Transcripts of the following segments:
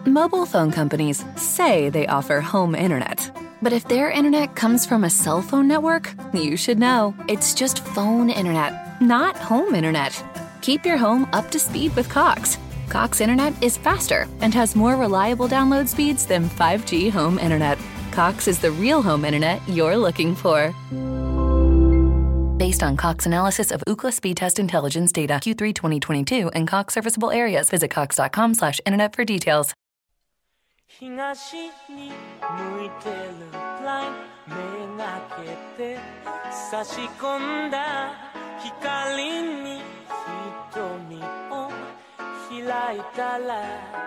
Mobile phone companies say they offer home internet. But if their internet comes from a cell phone network, you should know. It's just phone internet, not home internet. Keep your home up to speed with Cox. Cox internet is faster and has more reliable download speeds than 5G home internet. Cox is the real home internet you're looking for. Based on Cox analysis of Ookla speed test intelligence data Q3 2022 and Cox serviceable areas, visit cox.com/internet for details. 東に向いてるライン目がけて差し込んだ光に瞳を開いたら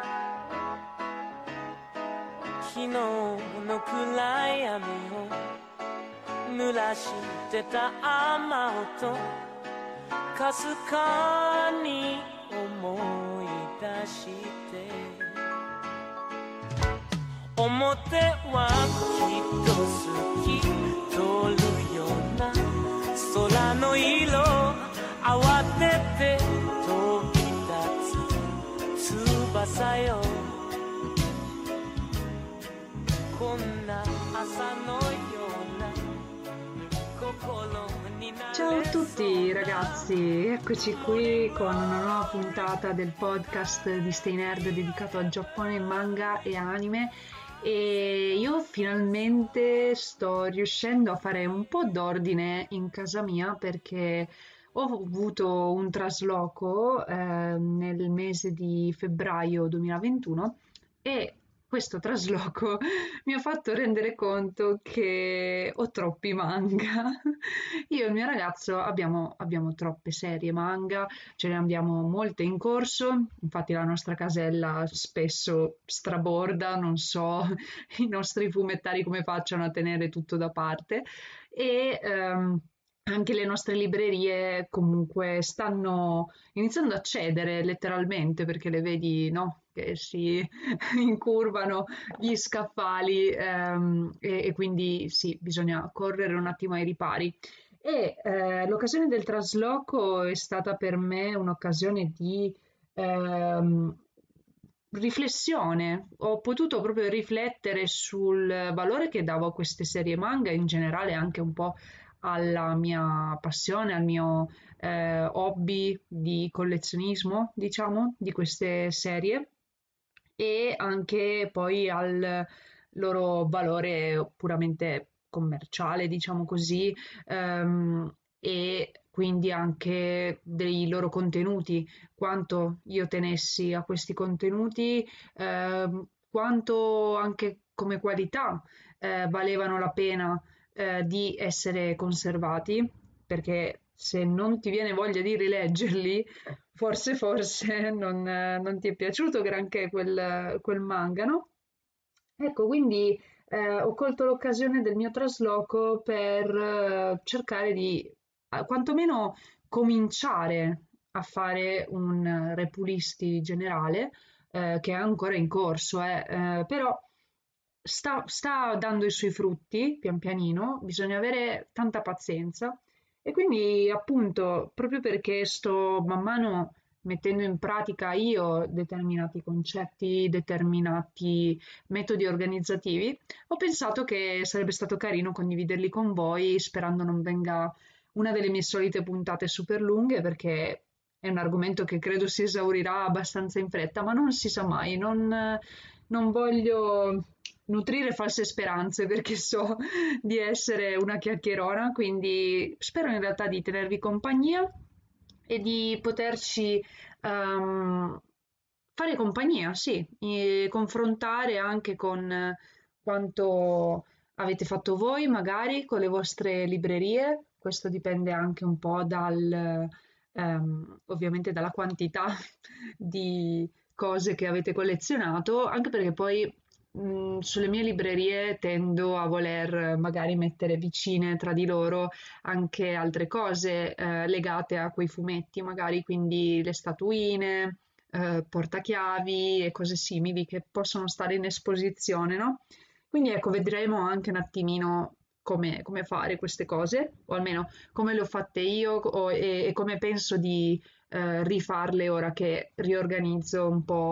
昨日の暗闇を濡らしてた雨音かすかに思い出して表はきっと好き通るような空の色慌てて飛び立つ翼よこんな朝のような心になれ Ciao a tutti ragazzi, eccoci qui con una nuova puntata del podcast di Stay Nerd dedicato al Giappone, manga e anime. E io finalmente sto riuscendo a fare un po' d'ordine in casa mia perché ho avuto un trasloco nel mese di febbraio 2021 e questo trasloco mi ha fatto rendere conto che ho troppi manga. Io e il mio ragazzo abbiamo troppe serie manga, ce ne abbiamo molte in corso, infatti la nostra casella spesso straborda, non so i nostri fumettari come facciano a tenere tutto da parte e anche le nostre librerie comunque stanno iniziando a cedere letteralmente perché le vedi, no? Che si incurvano gli scaffali e quindi sì, bisogna correre un attimo ai ripari. E l'occasione del trasloco è stata per me un'occasione di riflessione. Ho potuto proprio riflettere sul valore che davo a queste serie manga, in generale anche un po' alla mia passione, al mio hobby di collezionismo, diciamo, di queste serie e anche poi al loro valore puramente commerciale, diciamo così, e quindi anche dei loro contenuti, quanto io tenessi a questi contenuti, quanto anche come qualità valevano la pena di essere conservati, perché se non ti viene voglia di rileggerli, forse non ti è piaciuto granché quel manga, no? Ecco, quindi ho colto l'occasione del mio trasloco per cercare di quantomeno cominciare a fare un repulisti generale che è ancora in corso, però sta dando i suoi frutti pian pianino, bisogna avere tanta pazienza e quindi appunto proprio perché sto man mano mettendo in pratica io determinati concetti, determinati metodi organizzativi, ho pensato che sarebbe stato carino condividerli con voi, sperando non venga una delle mie solite puntate super lunghe, perché è un argomento che credo si esaurirà abbastanza in fretta, ma non si sa mai, non voglio nutrire false speranze perché so di essere una chiacchierona, quindi spero in realtà di tenervi compagnia e di poterci fare compagnia, sì, e confrontare anche con quanto avete fatto voi, magari con le vostre librerie. Questo dipende anche un po' ovviamente dalla quantità di cose che avete collezionato, anche perché poi sulle mie librerie tendo a voler magari mettere vicine tra di loro anche altre cose legate a quei fumetti, magari quindi le statuine, portachiavi e cose simili che possono stare in esposizione, no? Quindi ecco, vedremo anche un attimino come fare queste cose, o almeno come le ho fatte io e come penso di rifarle ora che riorganizzo un po'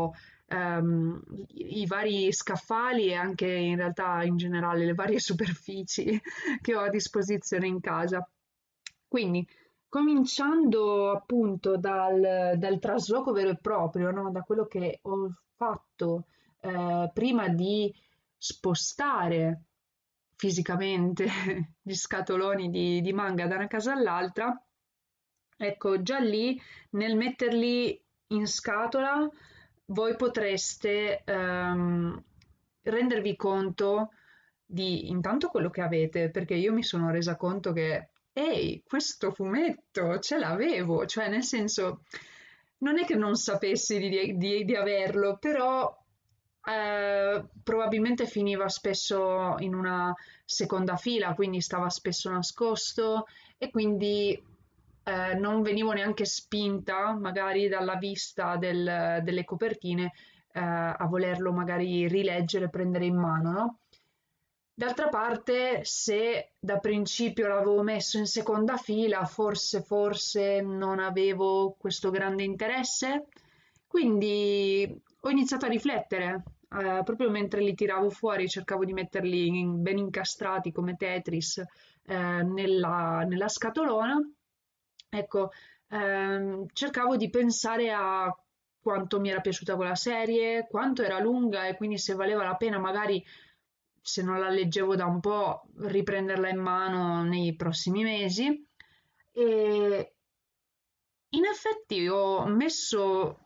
i vari scaffali e anche in realtà in generale le varie superfici che ho a disposizione in casa. Quindi, cominciando appunto dal trasloco vero e proprio, no? Da quello che ho fatto prima di spostare fisicamente gli scatoloni di manga da una casa all'altra, ecco, già lì nel metterli in scatola voi potreste rendervi conto di intanto quello che avete, perché io mi sono resa conto che, ehi, questo fumetto ce l'avevo, cioè nel senso, non è che non sapessi di averlo, però probabilmente finiva spesso in una seconda fila, quindi stava spesso nascosto e quindi non venivo neanche spinta magari dalla vista delle copertine a volerlo magari rileggere, prendere in mano, no? D'altra parte, se da principio l'avevo messo in seconda fila, forse non avevo questo grande interesse, quindi ho iniziato a riflettere, proprio mentre li tiravo fuori, cercavo di metterli ben incastrati come Tetris, nella scatolona. Ecco, cercavo di pensare a quanto mi era piaciuta quella serie, quanto era lunga e quindi se valeva la pena magari, se non la leggevo da un po', riprenderla in mano nei prossimi mesi. E in effetti ho messo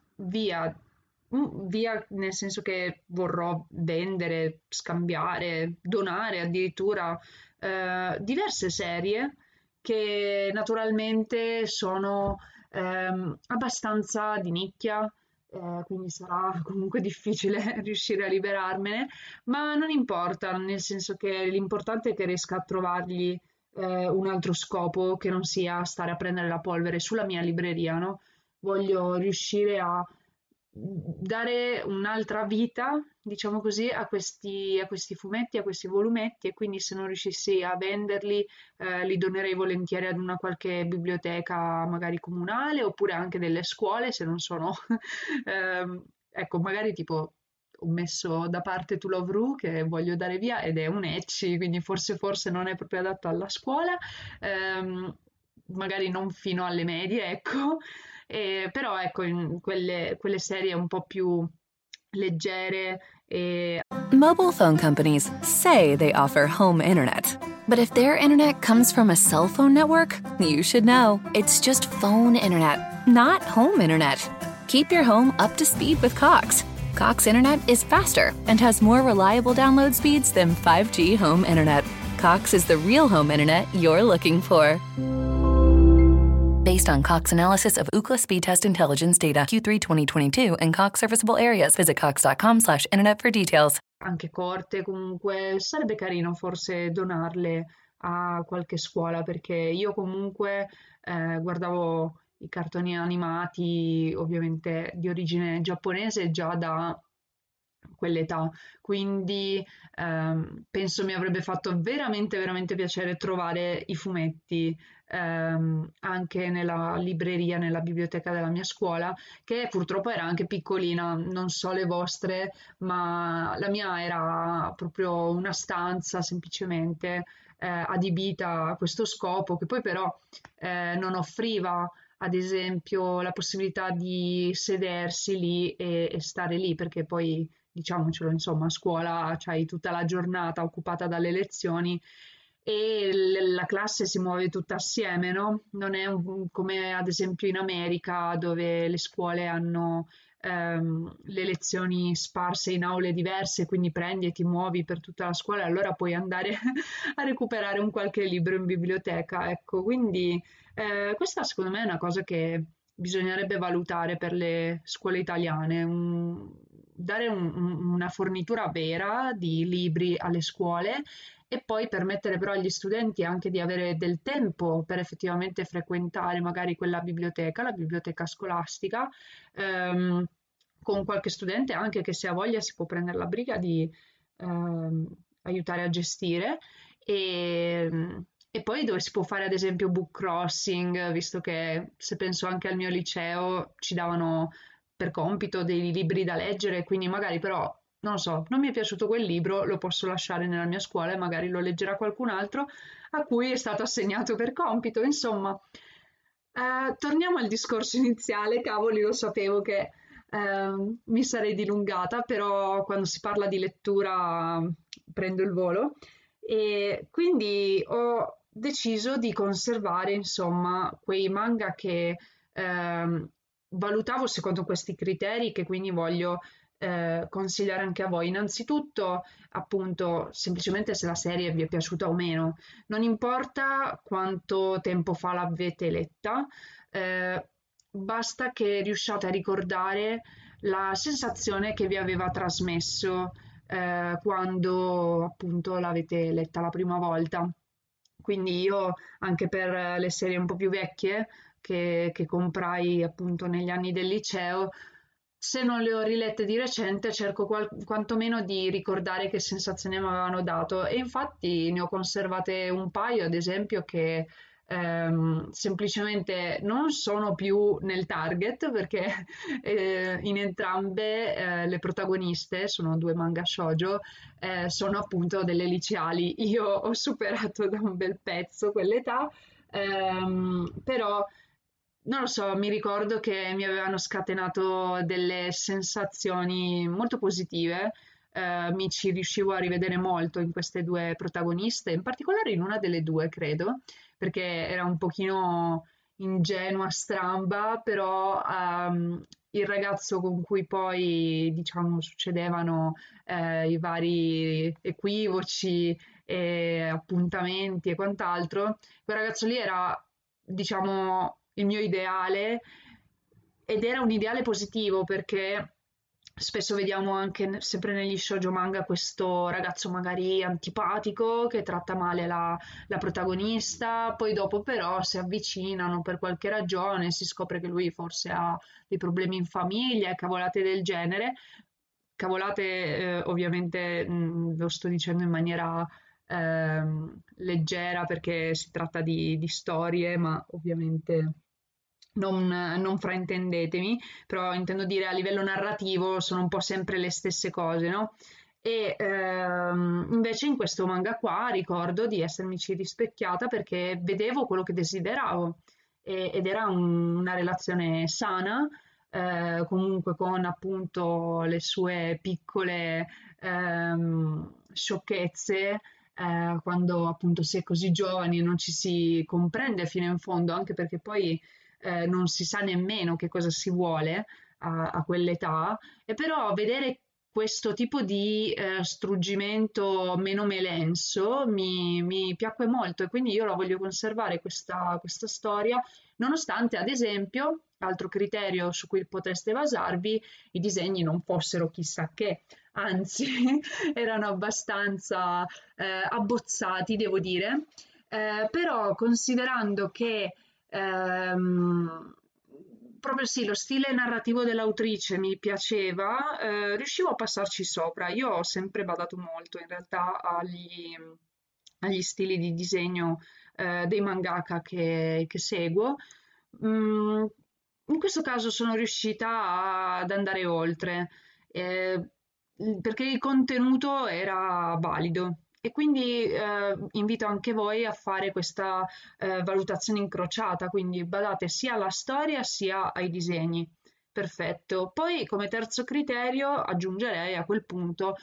via nel senso che vorrò vendere, scambiare, donare addirittura diverse serie che naturalmente sono abbastanza di nicchia, quindi sarà comunque difficile riuscire a liberarmene, ma non importa, nel senso che l'importante è che riesca a trovargli un altro scopo che non sia stare a prendere la polvere sulla mia libreria, no? Voglio riuscire a dare un'altra vita, diciamo così, a questi fumetti, a questi volumetti e quindi se non riuscissi a venderli, li donerei volentieri ad una qualche biblioteca magari comunale oppure anche delle scuole se non sono, ecco, magari tipo ho messo da parte To Love Ru che voglio dare via ed è un ecci, quindi forse non è proprio adatto alla scuola, magari non fino alle medie, ecco, però ecco, in quelle serie un po' più leggere e Mobile phone companies say they offer home internet. But if their internet comes from a cell phone network, you should know. It's just phone internet, not home internet. Keep your home up to speed with Cox. Cox internet is faster and has more reliable download speeds than 5G home internet. Cox is the real home internet you're looking for. Based on Cox analysis of Ookla speed test intelligence data Q3 2022 and Cox serviceable areas, visit cox.com/internet for details. anche corte, comunque sarebbe carino forse donarle a qualche scuola perché io comunque guardavo i cartoni animati ovviamente di origine giapponese già da quell'età, quindi penso mi avrebbe fatto veramente piacere trovare i fumetti anche nella libreria, nella biblioteca della mia scuola, che purtroppo era anche piccolina, non so le vostre, ma la mia era proprio una stanza semplicemente adibita a questo scopo, che poi però non offriva ad esempio la possibilità di sedersi lì e stare lì, perché poi diciamocelo, insomma, a scuola c'hai tutta la giornata occupata dalle lezioni e la classe si muove tutta assieme, no? Non è come ad esempio in America dove le scuole hanno le lezioni sparse in aule diverse, quindi prendi e ti muovi per tutta la scuola, allora puoi andare a recuperare un qualche libro in biblioteca, ecco, quindi questa secondo me è una cosa che bisognerebbe valutare per le scuole italiane, dare una fornitura vera di libri alle scuole e poi permettere però agli studenti anche di avere del tempo per effettivamente frequentare magari quella biblioteca, la biblioteca scolastica, con qualche studente anche che se ha voglia si può prendere la briga di ehm, aiutare a gestire e poi dove si può fare ad esempio book crossing, visto che se penso anche al mio liceo ci davano per compito, dei libri da leggere, quindi magari però, non lo so, non mi è piaciuto quel libro, lo posso lasciare nella mia scuola e magari lo leggerà qualcun altro a cui è stato assegnato per compito. Insomma, torniamo al discorso iniziale, cavoli, lo sapevo che mi sarei dilungata, però quando si parla di lettura prendo il volo e quindi ho deciso di conservare, insomma, quei manga che valutavo secondo questi criteri che quindi voglio consigliare anche a voi. Innanzitutto, appunto, semplicemente se la serie vi è piaciuta o meno. Non importa quanto tempo fa l'avete letta, basta che riusciate a ricordare la sensazione che vi aveva trasmesso quando appunto l'avete letta la prima volta. Quindi io anche per le serie un po' più vecchie che comprai appunto negli anni del liceo, se non le ho rilette di recente, cerco quantomeno di ricordare che sensazioni mi avevano dato e infatti ne ho conservate un paio, ad esempio, che semplicemente non sono più nel target perché in entrambe le protagoniste, sono due manga shoujo, sono appunto delle liceali. Io ho superato da un bel pezzo quell'età, però non lo so, mi ricordo che mi avevano scatenato delle sensazioni molto positive. Mi ci riuscivo a rivedere molto in queste due protagoniste, in particolare in una delle due, credo, perché era un pochino ingenua, stramba, però il ragazzo con cui poi, diciamo, succedevano i vari equivoci e appuntamenti e quant'altro, quel ragazzo lì era, diciamo, il mio ideale ed era un ideale positivo perché spesso vediamo anche sempre negli shoujo manga questo ragazzo magari antipatico che tratta male la protagonista, poi dopo però si avvicinano per qualche ragione, si scopre che lui forse ha dei problemi in famiglia e cavolate del genere. Cavolate, ovviamente lo sto dicendo in maniera leggera perché si tratta di storie, ma ovviamente non fraintendetemi, però intendo dire a livello narrativo sono un po' sempre le stesse cose, no? E invece in questo manga qua ricordo di essermici rispecchiata perché vedevo quello che desideravo ed era una relazione sana, comunque con appunto le sue piccole sciocchezze, quando appunto si è così giovani e non ci si comprende fino in fondo, anche perché poi non si sa nemmeno che cosa si vuole a quell'età, e però vedere questo tipo di struggimento meno melenso mi piacque molto e quindi io la voglio conservare questa storia, nonostante ad esempio, altro criterio su cui potreste basarvi, i disegni non fossero chissà che, anzi erano abbastanza abbozzati, devo dire, però considerando che proprio sì, lo stile narrativo dell'autrice mi piaceva, riuscivo a passarci sopra. Io ho sempre badato molto in realtà agli stili di disegno dei mangaka che seguo. Mm, In questo caso sono riuscita ad andare oltre, eh, perché il contenuto era valido. E quindi invito anche voi a fare questa valutazione incrociata, quindi badate sia alla storia sia ai disegni. Perfetto. Poi come terzo criterio aggiungerei a quel punto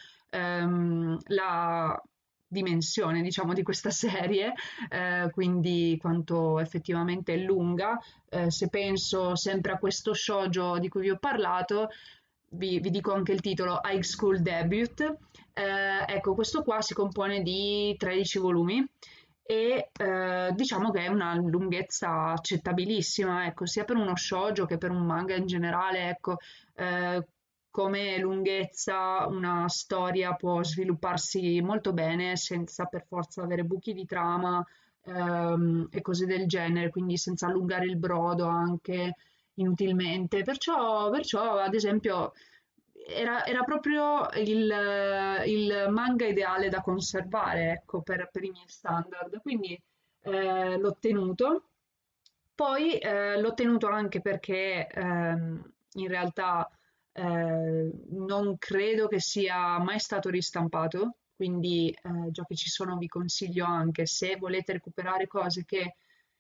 la dimensione, diciamo, di questa serie, quindi quanto effettivamente è lunga. Se penso sempre a questo shoujo di cui vi ho parlato, vi dico anche il titolo, High School Debut. Ecco, questo qua si compone di 13 volumi e diciamo che è una lunghezza accettabilissima, ecco, sia per uno shoujo che per un manga in generale, ecco, come lunghezza una storia può svilupparsi molto bene senza per forza avere buchi di trama e cose del genere, quindi senza allungare il brodo anche inutilmente. Perciò ad esempio, era proprio il manga ideale da conservare, ecco, per i miei standard. Quindi l'ho tenuto. Poi l'ho tenuto anche perché in realtà non credo che sia mai stato ristampato, quindi già che ci sono vi consiglio anche, se volete recuperare cose che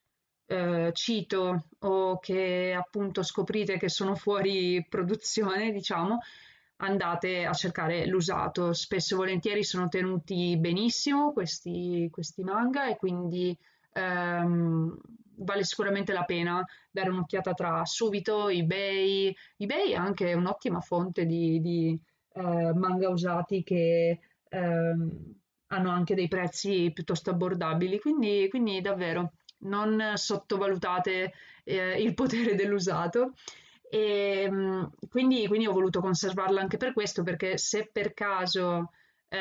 cito o che appunto scoprite che sono fuori produzione, diciamo, andate a cercare l'usato. Spesso e volentieri sono tenuti benissimo questi manga e quindi vale sicuramente la pena dare un'occhiata tra Subito, eBay. eBay è anche un'ottima fonte di manga usati che hanno anche dei prezzi piuttosto abbordabili, quindi davvero non sottovalutate il potere dell'usato. E quindi ho voluto conservarla anche per questo, perché se per caso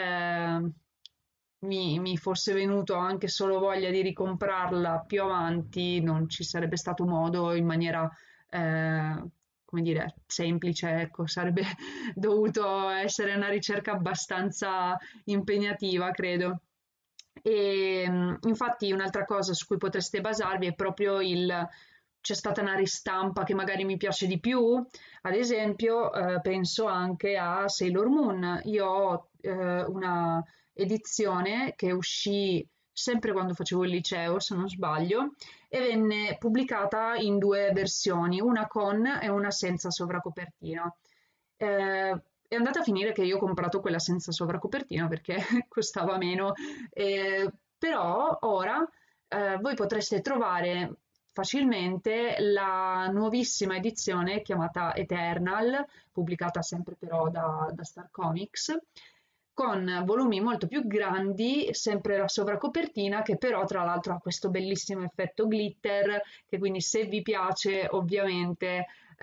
mi fosse venuto anche solo voglia di ricomprarla più avanti, non ci sarebbe stato modo in maniera, come dire, semplice, ecco, sarebbe dovuto essere una ricerca abbastanza impegnativa, credo. E infatti un'altra cosa su cui potreste basarvi è proprio c'è stata una ristampa che magari mi piace di più, ad esempio penso anche a Sailor Moon. Io ho una edizione che uscì sempre quando facevo il liceo, se non sbaglio, e venne pubblicata in due versioni, una con e una senza sovracopertina. È andata a finire che io ho comprato quella senza sovracopertina perché costava meno, però ora voi potreste trovare facilmente la nuovissima edizione chiamata Eternal, pubblicata sempre però da Star Comics, con volumi molto più grandi, sempre la sovracopertina, che però tra l'altro ha questo bellissimo effetto glitter, che quindi se vi piace ovviamente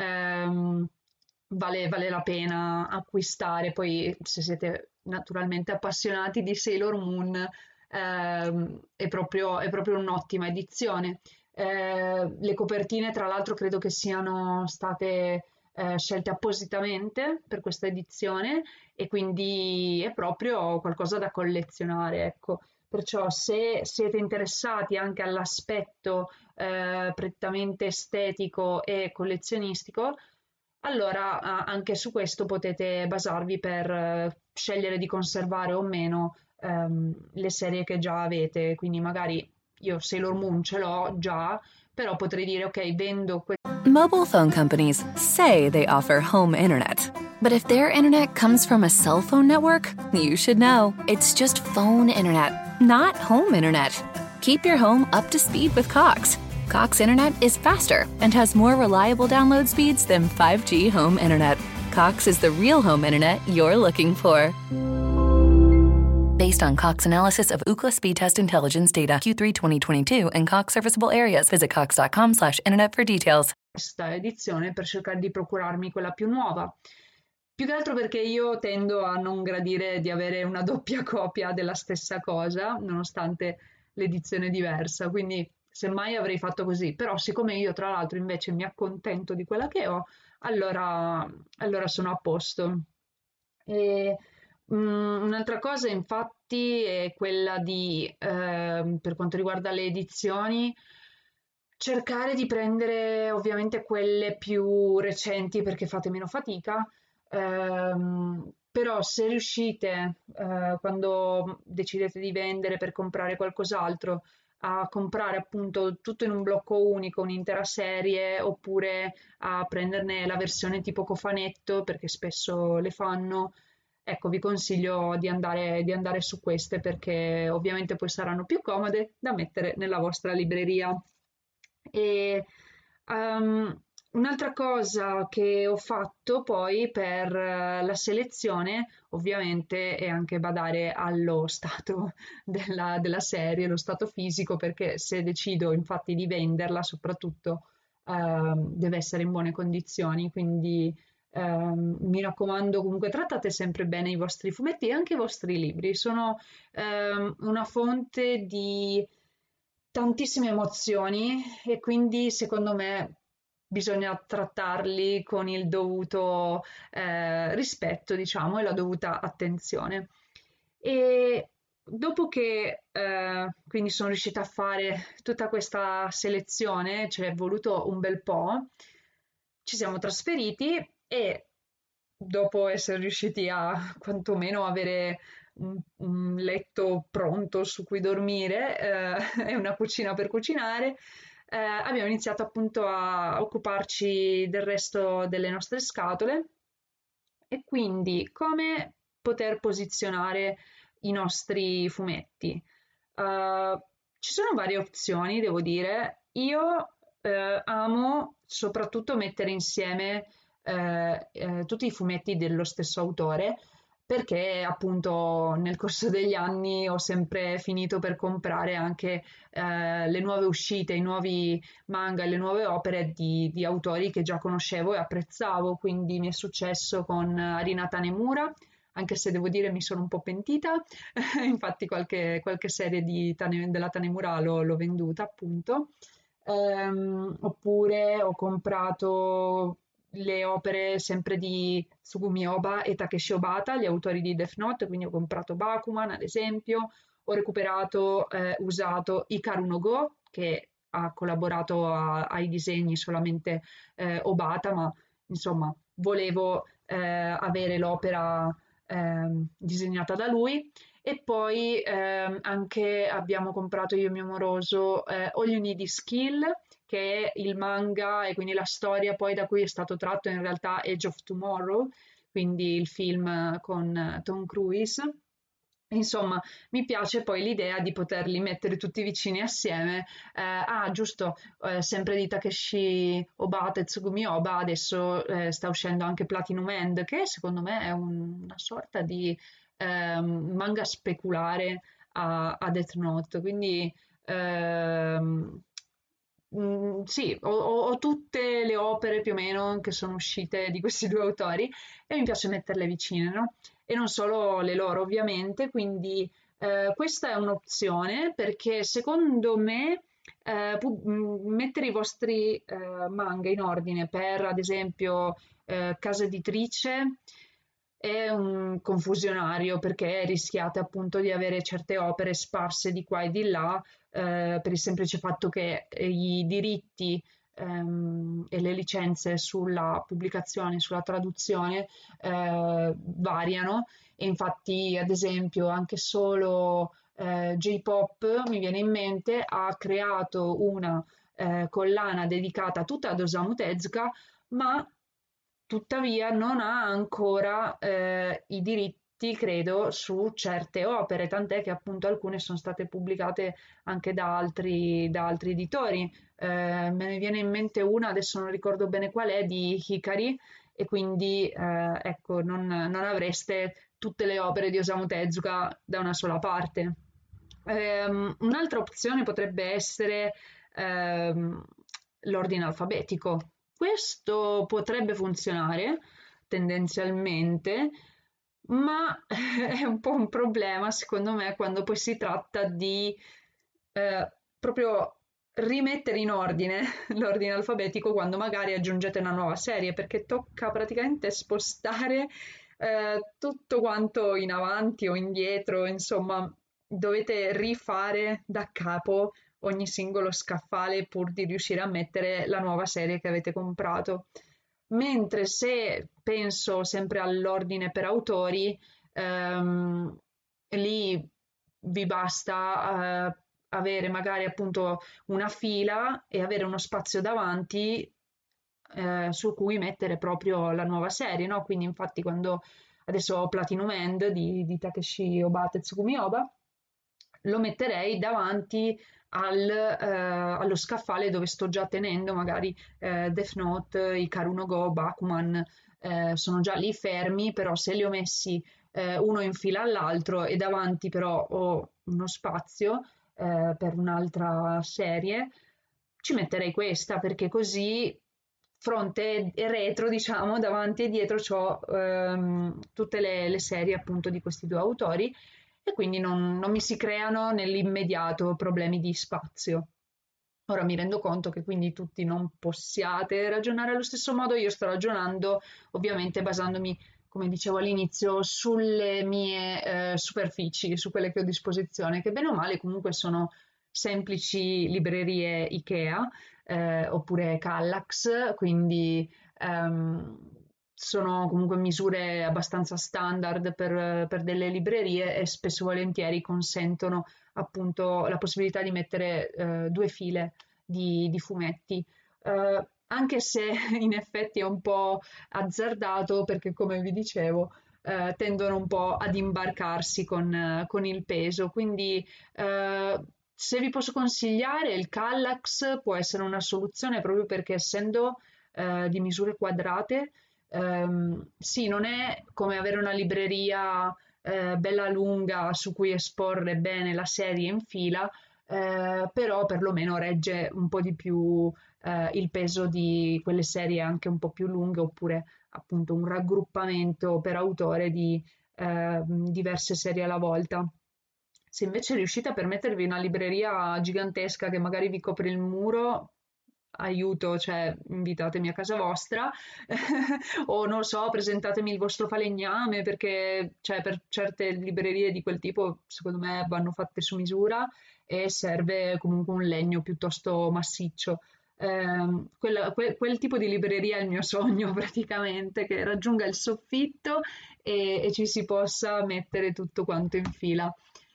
vale la pena acquistare. Poi se siete naturalmente appassionati di Sailor Moon, è proprio un'ottima edizione. Le copertine, tra l'altro, credo che siano state scelte appositamente per questa edizione e quindi è proprio qualcosa da collezionare, ecco. Perciò se siete interessati anche all'aspetto prettamente estetico e collezionistico, allora anche su questo potete basarvi per scegliere di conservare o meno le serie che già avete. Quindi magari io Sailor Moon ce l'ho già, però potrei dire ok, vendo questo. Mobile phone companies say they offer home internet. But if their internet comes from a cell phone network, you should know. It's just phone internet, not home internet. Keep your home up to speed with Cox. Cox Internet is faster and has more reliable download speeds than 5G home internet. Cox is the real home internet you're looking for. Based on Cox analysis of Ookla speed test intelligence data Q3 2022 and Cox serviceable areas, visit cox.com/internet for details. Questa edizione per cercare di procurarmi quella più nuova. Più che altro perché io tendo a non gradire di avere una doppia copia della stessa cosa, nonostante l'edizione diversa, quindi semmai avrei fatto così, però siccome io tra l'altro invece mi accontento di quella che ho, allora sono a posto. E, un'altra cosa infatti è quella di, per quanto riguarda le edizioni, cercare di prendere ovviamente quelle più recenti perché fate meno fatica, però se riuscite, quando decidete di vendere per comprare qualcos'altro, a comprare appunto tutto in un blocco unico, un'intera serie, oppure a prenderne la versione tipo cofanetto, perché spesso le fanno, ecco, vi consiglio di andare su queste perché ovviamente poi saranno più comode da mettere nella vostra libreria. E un'altra cosa che ho fatto poi per la selezione, ovviamente, è anche badare allo stato della serie, lo stato fisico, perché se decido infatti di venderla, soprattutto deve essere in buone condizioni, quindi mi raccomando, comunque trattate sempre bene i vostri fumetti e anche i vostri libri, sono una fonte di tantissime emozioni e quindi secondo me bisogna trattarli con il dovuto rispetto, diciamo, e la dovuta attenzione. E dopo che quindi sono riuscita a fare tutta questa selezione, ci è voluto un bel po', ci siamo trasferiti e dopo essere riusciti a quantomeno avere un letto pronto su cui dormire e una cucina per cucinare, abbiamo iniziato appunto a occuparci del resto delle nostre scatole e quindi come poter posizionare i nostri fumetti. Ci sono varie opzioni, devo dire. Io amo soprattutto mettere insieme tutti i fumetti dello stesso autore perché appunto nel corso degli anni ho sempre finito per comprare anche le nuove uscite, i nuovi manga e le nuove opere di autori che già conoscevo e apprezzavo, quindi mi è successo con Arina Tanemura, anche se devo dire mi sono un po' pentita, infatti qualche serie della Tanemura l'ho venduta appunto. Oppure ho comprato le opere sempre di Tsugumi Oba e Takeshi Obata, gli autori di Death Note, quindi ho comprato Bakuman ad esempio, ho recuperato usato Hikaru no Go, che ha collaborato ai disegni solamente Obata, ma insomma volevo avere l'opera disegnata da lui. E poi anche abbiamo comprato io e mio amoroso All You Need Is Kill, che è il manga e quindi la storia poi da cui è stato tratto in realtà Edge of Tomorrow, quindi il film con Tom Cruise. Insomma, mi piace poi l'idea di poterli mettere tutti vicini assieme. Giusto, sempre di Takeshi Obata e Tsugumi Oba, adesso sta uscendo anche Platinum End, che secondo me è una sorta di manga speculare a Death Note. Quindi sì, ho tutte le opere più o meno che sono uscite di questi due autori e mi piace metterle vicine, no? E non solo le loro ovviamente, quindi questa è un'opzione perché secondo me mettere i vostri manga in ordine per ad esempio casa editrice è un confusionario perché rischiate appunto di avere certe opere sparse di qua e di là per il semplice fatto che i diritti e le licenze sulla pubblicazione, sulla traduzione variano e infatti ad esempio anche solo J-Pop mi viene in mente ha creato una collana dedicata tutta ad Osamu Tezuka ma tuttavia non ha ancora i diritti, credo, su certe opere, tant'è che appunto alcune sono state pubblicate anche da altri editori. Me ne viene in mente una, adesso non ricordo bene qual è, di Hikari, e quindi ecco, non avreste tutte le opere di Osamu Tezuka da una sola parte. Un'altra opzione potrebbe essere l'ordine alfabetico. Questo potrebbe funzionare tendenzialmente, ma è un po' un problema secondo me quando poi si tratta di proprio rimettere in ordine l'ordine alfabetico quando magari aggiungete una nuova serie, perché tocca praticamente spostare tutto quanto in avanti o indietro, insomma, dovete rifare da capo ogni singolo scaffale pur di riuscire a mettere la nuova serie che avete comprato. Mentre se penso sempre all'ordine per autori, lì vi basta avere magari appunto una fila e avere uno spazio davanti su cui mettere proprio la nuova serie, no? Quindi infatti quando adesso ho Platinum End di Takeshi Obata e Tsugumi Oba, lo metterei davanti allo scaffale dove sto già tenendo magari Death Note, Hikaru no Go, Bakuman, sono già lì fermi, però se li ho messi uno in fila all'altro e davanti però ho uno spazio per un'altra serie, ci metterei questa perché così fronte e retro, diciamo, davanti e dietro c'ho tutte le serie appunto di questi due autori e quindi non mi si creano nell'immediato problemi di spazio. Ora mi rendo conto che quindi tutti non possiate ragionare allo stesso modo, io sto ragionando ovviamente basandomi, come dicevo all'inizio, sulle mie superfici, su quelle che ho a disposizione, che bene o male comunque sono semplici librerie Ikea oppure Kallax, quindi ehm, sono comunque misure abbastanza standard per delle librerie e spesso e volentieri consentono appunto la possibilità di mettere due file di fumetti. Anche se in effetti è un po' azzardato perché come vi dicevo tendono un po' ad imbarcarsi con il peso, quindi se vi posso consigliare il Kallax può essere una soluzione proprio perché essendo di misure quadrate, sì, non è come avere una libreria bella lunga su cui esporre bene la serie in fila, però perlomeno regge un po' di più il peso di quelle serie anche un po' più lunghe oppure appunto un raggruppamento per autore di diverse serie alla volta. Se invece riuscite a permettervi una libreria gigantesca che magari vi copre il muro, aiuto, cioè invitatemi a casa vostra o non lo so, presentatemi il vostro falegname perché cioè, per certe librerie di quel tipo secondo me vanno fatte su misura e serve comunque un legno piuttosto massiccio. Quel tipo di libreria è il mio sogno praticamente, che raggiunga il soffitto e ci si possa mettere tutto quanto in fila.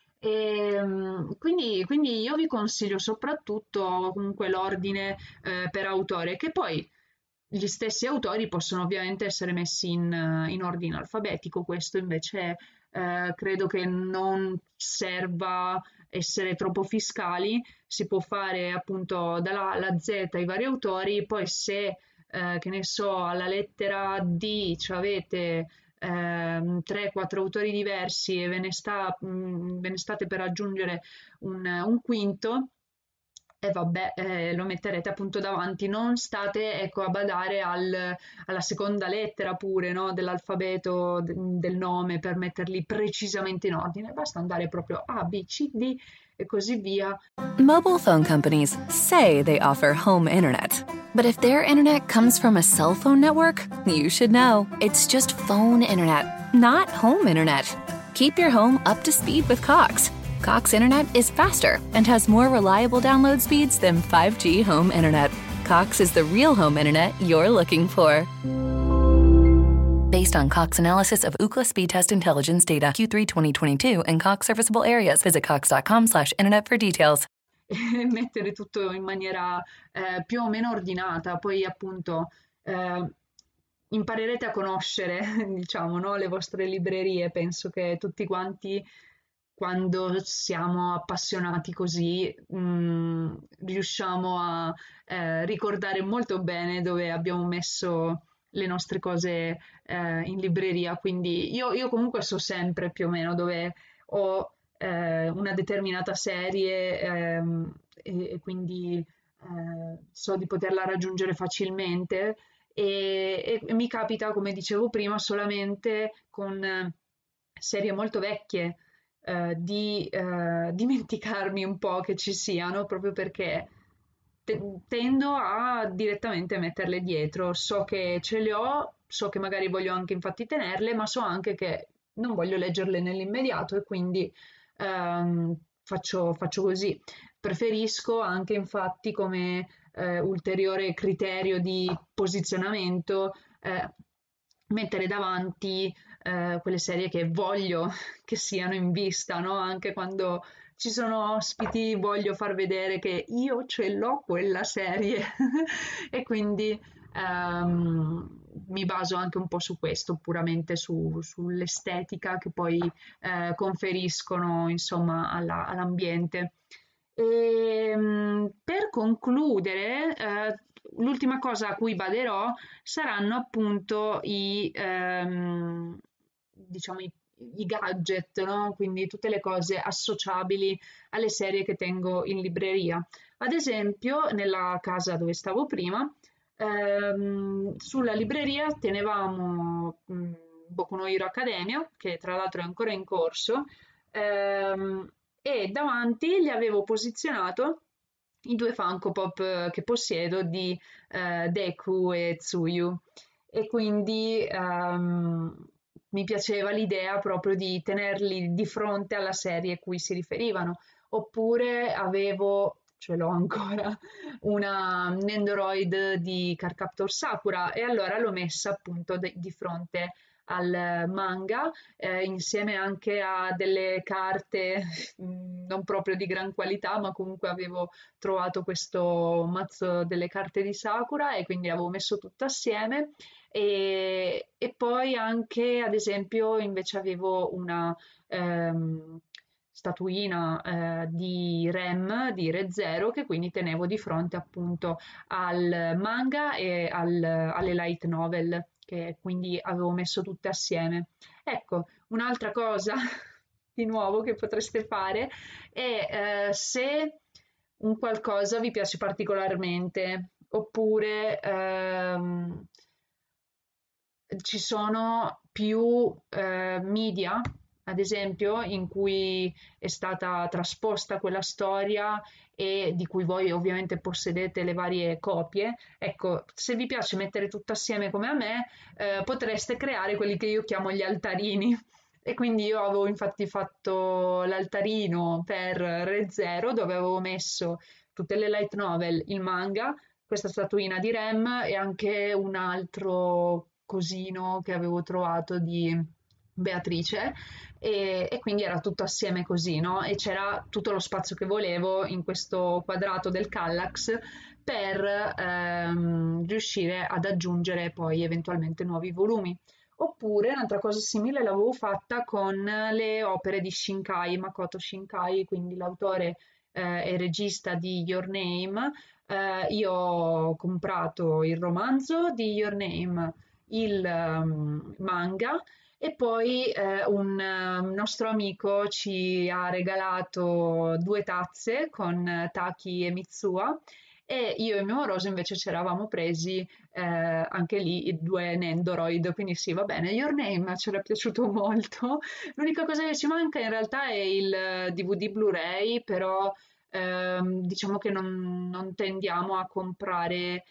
Quindi io vi consiglio soprattutto comunque l'ordine per autore, che poi gli stessi autori possono ovviamente essere messi in ordine alfabetico, questo invece credo che non serva essere troppo fiscali, si può fare appunto dalla A alla Z i vari autori, poi se che ne so, alla lettera D ci avete 3-4 autori diversi e ve ne state per aggiungere un quinto, e vabbè, lo metterete appunto davanti, non state ecco, a badare alla seconda lettera pure no, dell'alfabeto del nome per metterli precisamente in ordine, basta andare proprio A, B, C, D e così via. Mobile phone companies say they offer home internet. But if their internet comes from a cell phone network, you should know. It's just phone internet, not home internet. Keep your home up to speed with Cox. Cox internet is faster and has more reliable download speeds than 5G home internet. Cox is the real home internet you're looking for. Based on Cox analysis of Ookla speed test intelligence data Q3 2022 and Cox serviceable areas, visit cox.com/internet for details. E mettere tutto in maniera più o meno ordinata, poi appunto imparerete a conoscere, diciamo, no, le vostre librerie. Penso che tutti quanti, quando siamo appassionati così, riusciamo a ricordare molto bene dove abbiamo messo le nostre cose in libreria. Quindi io comunque so sempre più o meno dove ho una determinata serie e quindi so di poterla raggiungere facilmente e mi capita, come dicevo prima, solamente con serie molto vecchie di dimenticarmi un po' che ci siano proprio perché tendo a direttamente metterle dietro. So che ce le ho, so che magari voglio anche infatti tenerle, ma so anche che non voglio leggerle nell'immediato e quindi faccio così. Preferisco anche infatti come ulteriore criterio di posizionamento mettere davanti quelle serie che voglio che siano in vista, no? Anche quando ci sono ospiti voglio far vedere che io ce l'ho quella serie e quindi mi baso anche un po' su questo, puramente sull'estetica che poi conferiscono insomma all'ambiente. Per concludere, l'ultima cosa a cui baderò saranno appunto diciamo, i gadget, no? Quindi tutte le cose associabili alle serie che tengo in libreria. Ad esempio, nella casa dove stavo prima, sulla libreria tenevamo Boku no Hero Academia, che tra l'altro è ancora in corso, e davanti gli avevo posizionato i due Funko Pop che possiedo di Deku e Tsuyu e quindi mi piaceva l'idea proprio di tenerli di fronte alla serie a cui si riferivano. Oppure avevo ce l'ho ancora, una Nendoroid di Cardcaptor Sakura e allora l'ho messa appunto di fronte al manga, insieme anche a delle carte non proprio di gran qualità, ma comunque avevo trovato questo mazzo delle carte di Sakura e quindi avevo messo tutto assieme e poi anche, ad esempio, invece avevo una statuina di Rem, di Re Zero, che quindi tenevo di fronte appunto al manga e alle light novel, che quindi avevo messo tutte assieme. Ecco, un'altra cosa di nuovo che potreste fare è se un qualcosa vi piace particolarmente, oppure ci sono più media, ad esempio, in cui è stata trasposta quella storia e di cui voi ovviamente possedete le varie copie. Ecco, se vi piace mettere tutto assieme come a me, potreste creare quelli che io chiamo gli altarini. E quindi io avevo infatti fatto l'altarino per Re Zero dove avevo messo tutte le light novel, il manga, questa statuina di Rem e anche un altro cosino che avevo trovato di Beatrice e quindi era tutto assieme così, no? E c'era tutto lo spazio che volevo in questo quadrato del Kallax per riuscire ad aggiungere poi eventualmente nuovi volumi. Oppure un'altra cosa simile l'avevo fatta con le opere di Shinkai, Makoto Shinkai, quindi l'autore e regista di Your Name. Io ho comprato il romanzo di Your Name, il manga e poi un nostro amico ci ha regalato due tazze con Taki e Mitsuha e io e mio moroso invece ci eravamo presi anche lì i due Nendoroid, quindi sì, va bene, Your Name ci era piaciuto molto. L'unica cosa che ci manca in realtà è il DVD Blu-ray, però diciamo che non tendiamo a comprare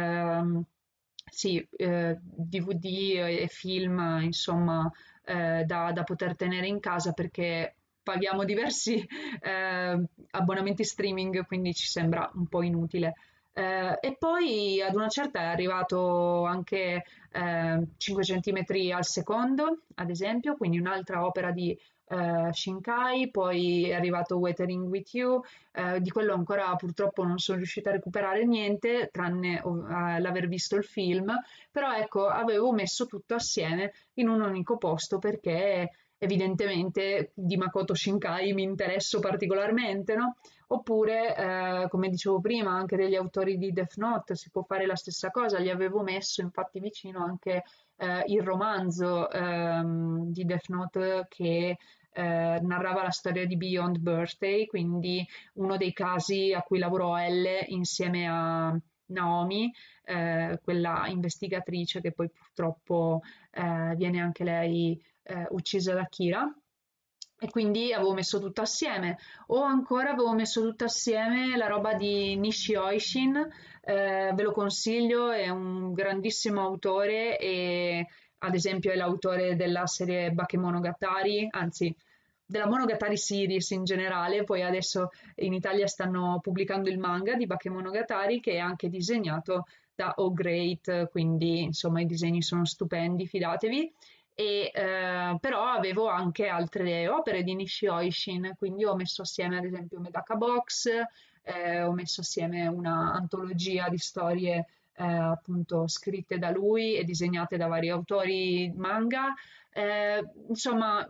sì, DVD e film, insomma, da poter tenere in casa perché paghiamo diversi abbonamenti streaming, quindi ci sembra un po' inutile. E poi ad una certa è arrivato anche 5 centimetri al secondo, ad esempio, quindi un'altra opera di Shinkai, poi è arrivato Weathering with You, di quello ancora purtroppo non sono riuscita a recuperare niente, tranne l'aver visto il film, però ecco, avevo messo tutto assieme in un unico posto perché evidentemente di Makoto Shinkai mi interesso particolarmente, no? Oppure, come dicevo prima, anche degli autori di Death Note si può fare la stessa cosa, gli avevo messo infatti vicino anche il romanzo di Death Note che narrava la storia di Beyond Birthday, quindi uno dei casi a cui lavorò L insieme a Naomi, quella investigatrice che poi purtroppo viene anche lei uccisa da Kira. E quindi avevo messo tutto assieme, o ancora avevo messo tutto assieme la roba di Nishi Oishin, ve lo consiglio, è un grandissimo autore e ad esempio è l'autore della serie Bakemonogatari, anzi della Monogatari series in generale, poi adesso in Italia stanno pubblicando il manga di Bakemonogatari che è anche disegnato da O Great, quindi insomma i disegni sono stupendi, fidatevi. E, però avevo anche altre opere di Nishi Oishin, quindi ho messo assieme ad esempio Medaka Box, ho messo assieme una antologia di storie appunto scritte da lui e disegnate da vari autori manga. Insomma,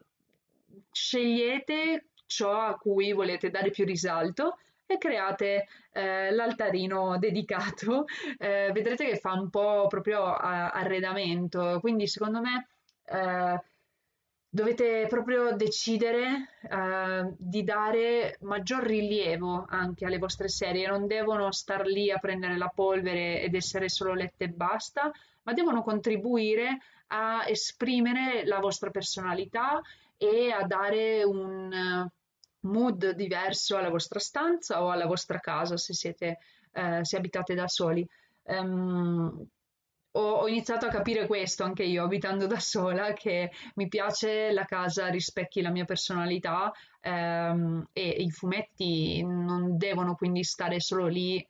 scegliete ciò a cui volete dare più risalto e create l'altarino dedicato. Vedrete che fa un po' proprio arredamento, quindi secondo me dovete proprio decidere di dare maggior rilievo anche alle vostre serie, non devono star lì a prendere la polvere ed essere solo lette e basta, ma devono contribuire a esprimere la vostra personalità e a dare un mood diverso alla vostra stanza o alla vostra casa se siete, se abitate da soli. Ehm, ho iniziato a capire questo anche io, abitando da sola, che mi piace la casa rispecchi la mia personalità, e i fumetti non devono quindi stare solo lì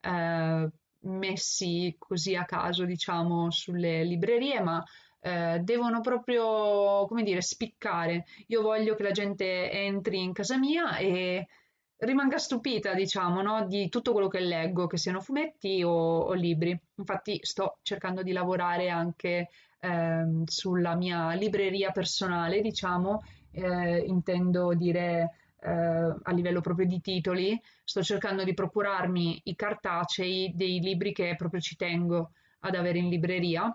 messi così a caso, diciamo, sulle librerie, ma devono proprio, come dire, spiccare. Io voglio che la gente entri in casa mia e rimanga stupita, diciamo, no, di tutto quello che leggo, che siano fumetti o libri. Infatti sto cercando di lavorare anche sulla mia libreria personale, diciamo, intendo dire a livello proprio di titoli. Sto cercando di procurarmi i cartacei dei libri che proprio ci tengo ad avere in libreria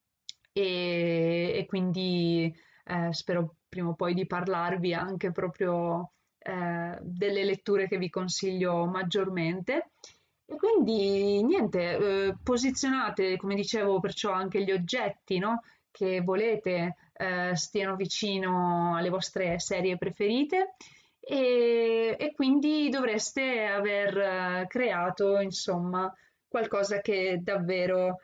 e quindi spero prima o poi di parlarvi anche proprio delle letture che vi consiglio maggiormente. E quindi niente, posizionate, come dicevo, perciò anche gli oggetti, no, che volete stiano vicino alle vostre serie preferite e quindi dovreste aver creato, insomma, qualcosa che davvero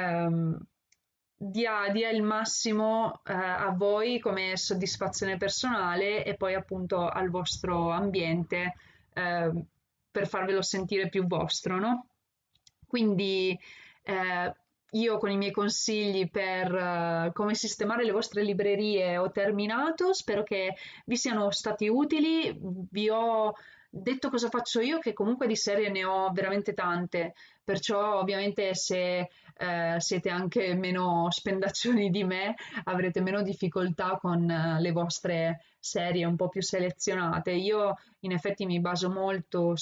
dia il massimo a voi come soddisfazione personale e poi appunto al vostro ambiente eh, per farvelo sentire più vostro, no? Quindi eh, io con i miei consigli per come sistemare le vostre librerie ho terminato, spero che vi siano stati utili, vi ho detto cosa faccio io, che comunque di serie ne ho veramente tante, perciò ovviamente se siete anche meno spendaccioni di me, avrete meno difficoltà con le vostre serie un po' più selezionate. Io in effetti mi baso molto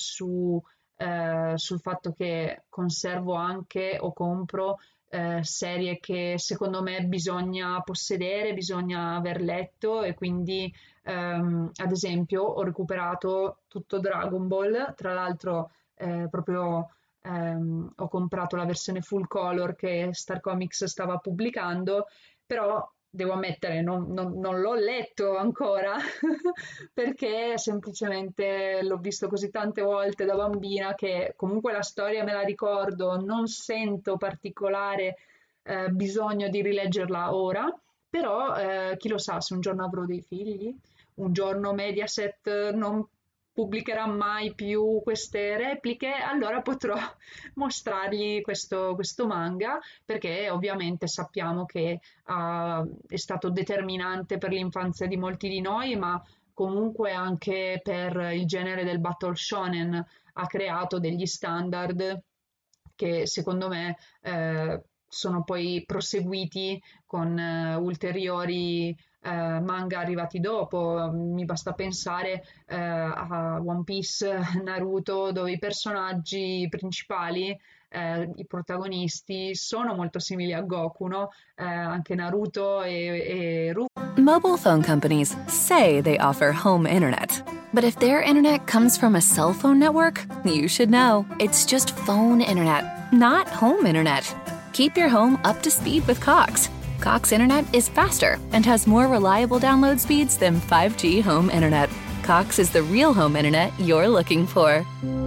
sul fatto che conservo anche o compro serie che secondo me bisogna possedere, bisogna aver letto e quindi ad esempio ho recuperato tutto Dragon Ball, tra l'altro proprio ho comprato la versione full color che Star Comics stava pubblicando, però devo ammettere, non l'ho letto ancora perché semplicemente l'ho visto così tante volte da bambina che comunque la storia me la ricordo, non sento particolare bisogno di rileggerla ora, però chi lo sa se un giorno avrò dei figli, un giorno Mediaset non pubblicherà mai più queste repliche, allora potrò mostrargli questo manga perché ovviamente sappiamo che è stato determinante per l'infanzia di molti di noi, ma comunque anche per il genere del Battle Shonen ha creato degli standard che secondo me sono poi proseguiti con ulteriori manga arrivati dopo. Mi basta pensare a One Piece, Naruto, dove i personaggi principali, i protagonisti, sono molto simili a Goku, no? Anche Naruto e Ruffy. Mobile phone companies say they offer home internet. But if their internet comes from a cell phone network, you should know. It's just phone internet, not home internet. Keep your home up to speed with Cox. Cox internet is faster and has more reliable download speeds than 5G home internet. Cox is the real home internet you're looking for.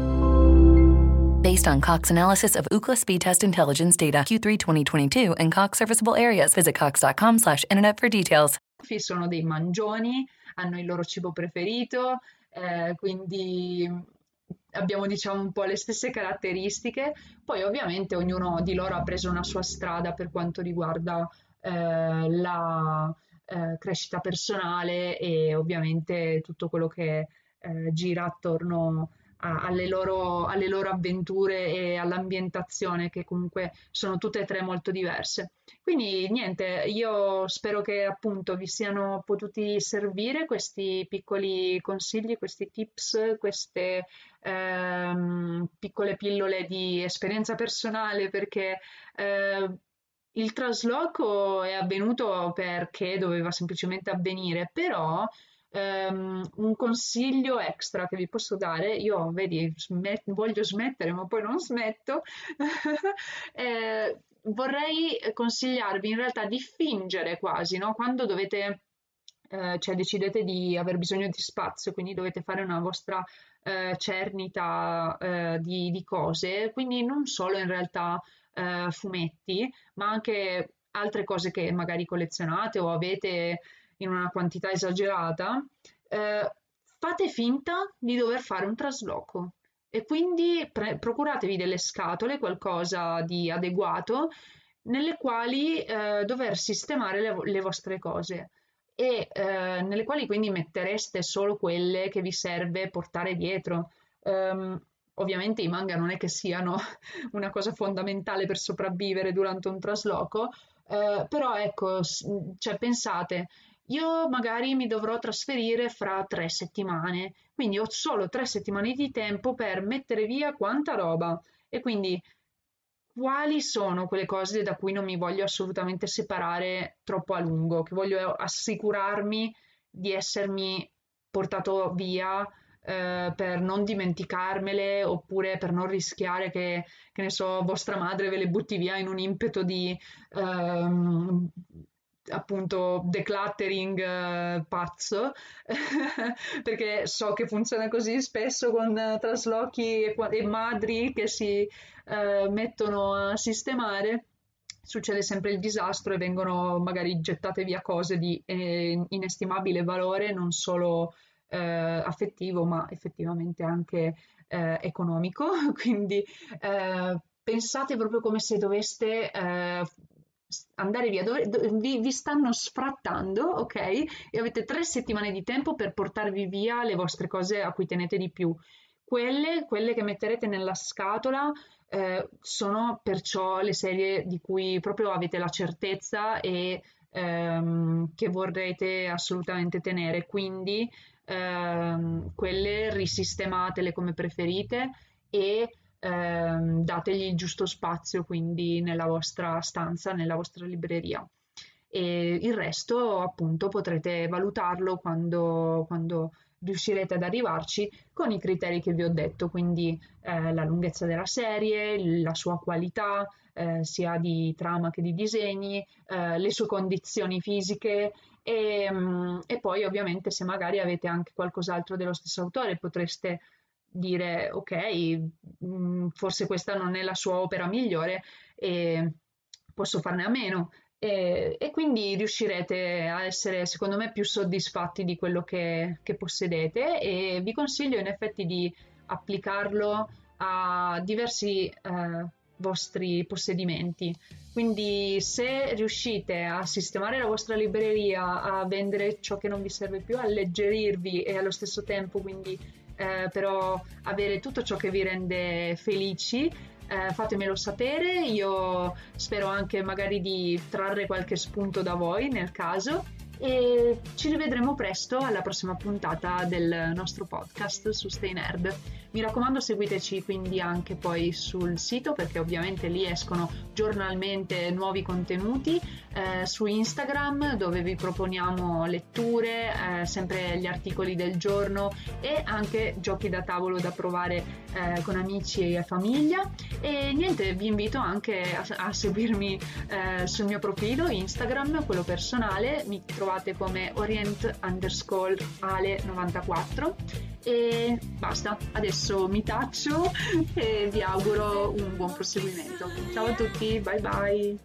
Based on Cox analysis of Ookla speed test intelligence data Q3 2022 and Cox serviceable areas, visit cox.com/internet for details. Sono dei mangioni, hanno il loro cibo preferito, quindi abbiamo diciamo un po' le stesse caratteristiche. Poi ovviamente ognuno di loro ha preso una sua strada per quanto riguarda la crescita personale e ovviamente tutto quello che gira attorno alle loro avventure e all'ambientazione che comunque sono tutte e tre molto diverse. Quindi niente, io spero che appunto vi siano potuti servire questi piccoli consigli, questi tips, queste piccole pillole di esperienza personale perché il trasloco è avvenuto perché doveva semplicemente avvenire, però un consiglio extra che vi posso dare, io vedi, voglio smettere, ma poi non smetto. Vorrei consigliarvi in realtà di fingere quasi, no? Quando dovete cioè decidete di aver bisogno di spazio, quindi dovete fare una vostra cernita di cose, quindi non solo in realtà fumetti, ma anche altre cose che magari collezionate o avete in una quantità esagerata, fate finta di dover fare un trasloco e quindi procuratevi delle scatole, qualcosa di adeguato, nelle quali dover sistemare le vostre cose e nelle quali quindi mettereste solo quelle che vi serve portare dietro. Ovviamente i manga non è che siano una cosa fondamentale per sopravvivere durante un trasloco, però ecco, cioè pensate, io magari mi dovrò trasferire fra 3 settimane, quindi ho solo 3 settimane di tempo per mettere via quanta roba e quindi quali sono quelle cose da cui non mi voglio assolutamente separare troppo a lungo, che voglio assicurarmi di essermi portato via per non dimenticarmele oppure per non rischiare che ne so, vostra madre ve le butti via in un impeto di appunto decluttering pazzo perché so che funziona così spesso con traslochi e madri che si mettono a sistemare, succede sempre il disastro e vengono magari gettate via cose di inestimabile valore, non solo affettivo, ma effettivamente anche economico. Quindi pensate proprio come se doveste andare via, vi stanno sfrattando, ok? E avete 3 settimane di tempo per portarvi via le vostre cose a cui tenete di più. Quelle che metterete nella scatola sono perciò le serie di cui proprio avete la certezza e che vorrete assolutamente tenere, quindi quelle risistematele come preferite e dategli il giusto spazio quindi nella vostra stanza, nella vostra libreria. E il resto appunto potrete valutarlo quando riuscirete ad arrivarci con i criteri che vi ho detto, quindi la lunghezza della serie, la sua qualità, sia di trama che di disegni, le sue condizioni fisiche e poi ovviamente se magari avete anche qualcos'altro dello stesso autore potreste dire ok, forse questa non è la sua opera migliore e posso farne a meno. E quindi riuscirete a essere, secondo me, più soddisfatti di quello che possedete e vi consiglio in effetti di applicarlo a diversi vostri possedimenti. Quindi se riuscite a sistemare la vostra libreria, a vendere ciò che non vi serve più, alleggerirvi e allo stesso tempo quindi però avere tutto ciò che vi rende felici, fatemelo sapere, io spero anche magari di trarre qualche spunto da voi nel caso e ci rivedremo presto alla prossima puntata del nostro podcast su Stay Nerd. Mi raccomando, seguiteci quindi anche poi sul sito perché ovviamente lì escono giornalmente nuovi contenuti, su Instagram dove vi proponiamo letture, sempre gli articoli del giorno e anche giochi da tavolo da provare con amici e famiglia. E niente, vi invito anche a seguirmi sul mio profilo Instagram, quello personale, mi trovate come orient_ale94 e basta, adesso mi taccio e vi auguro un buon proseguimento. Ciao a tutti, bye bye!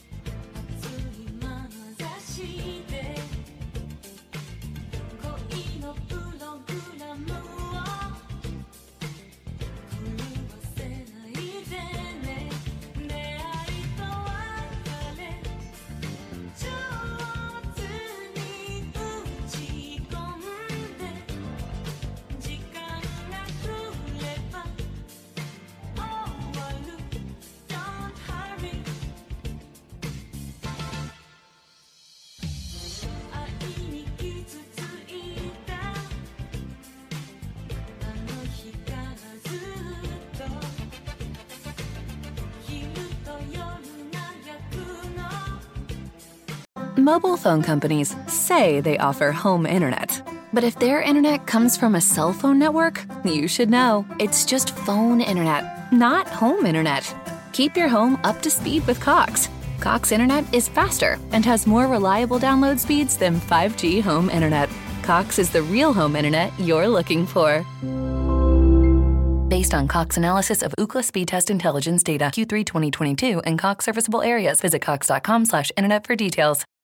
'Mobile phone companies say they offer home internet. But if their internet comes from a cell phone network, you should know. It's just phone internet, not home internet. Keep your home up to speed with Cox. Cox Internet is faster and has more reliable download speeds than 5G home internet. Cox is the real home internet you're looking for. Based on Cox analysis of Ookla speed test intelligence data Q3 2022 and Cox serviceable areas, visit cox.com/internet for details.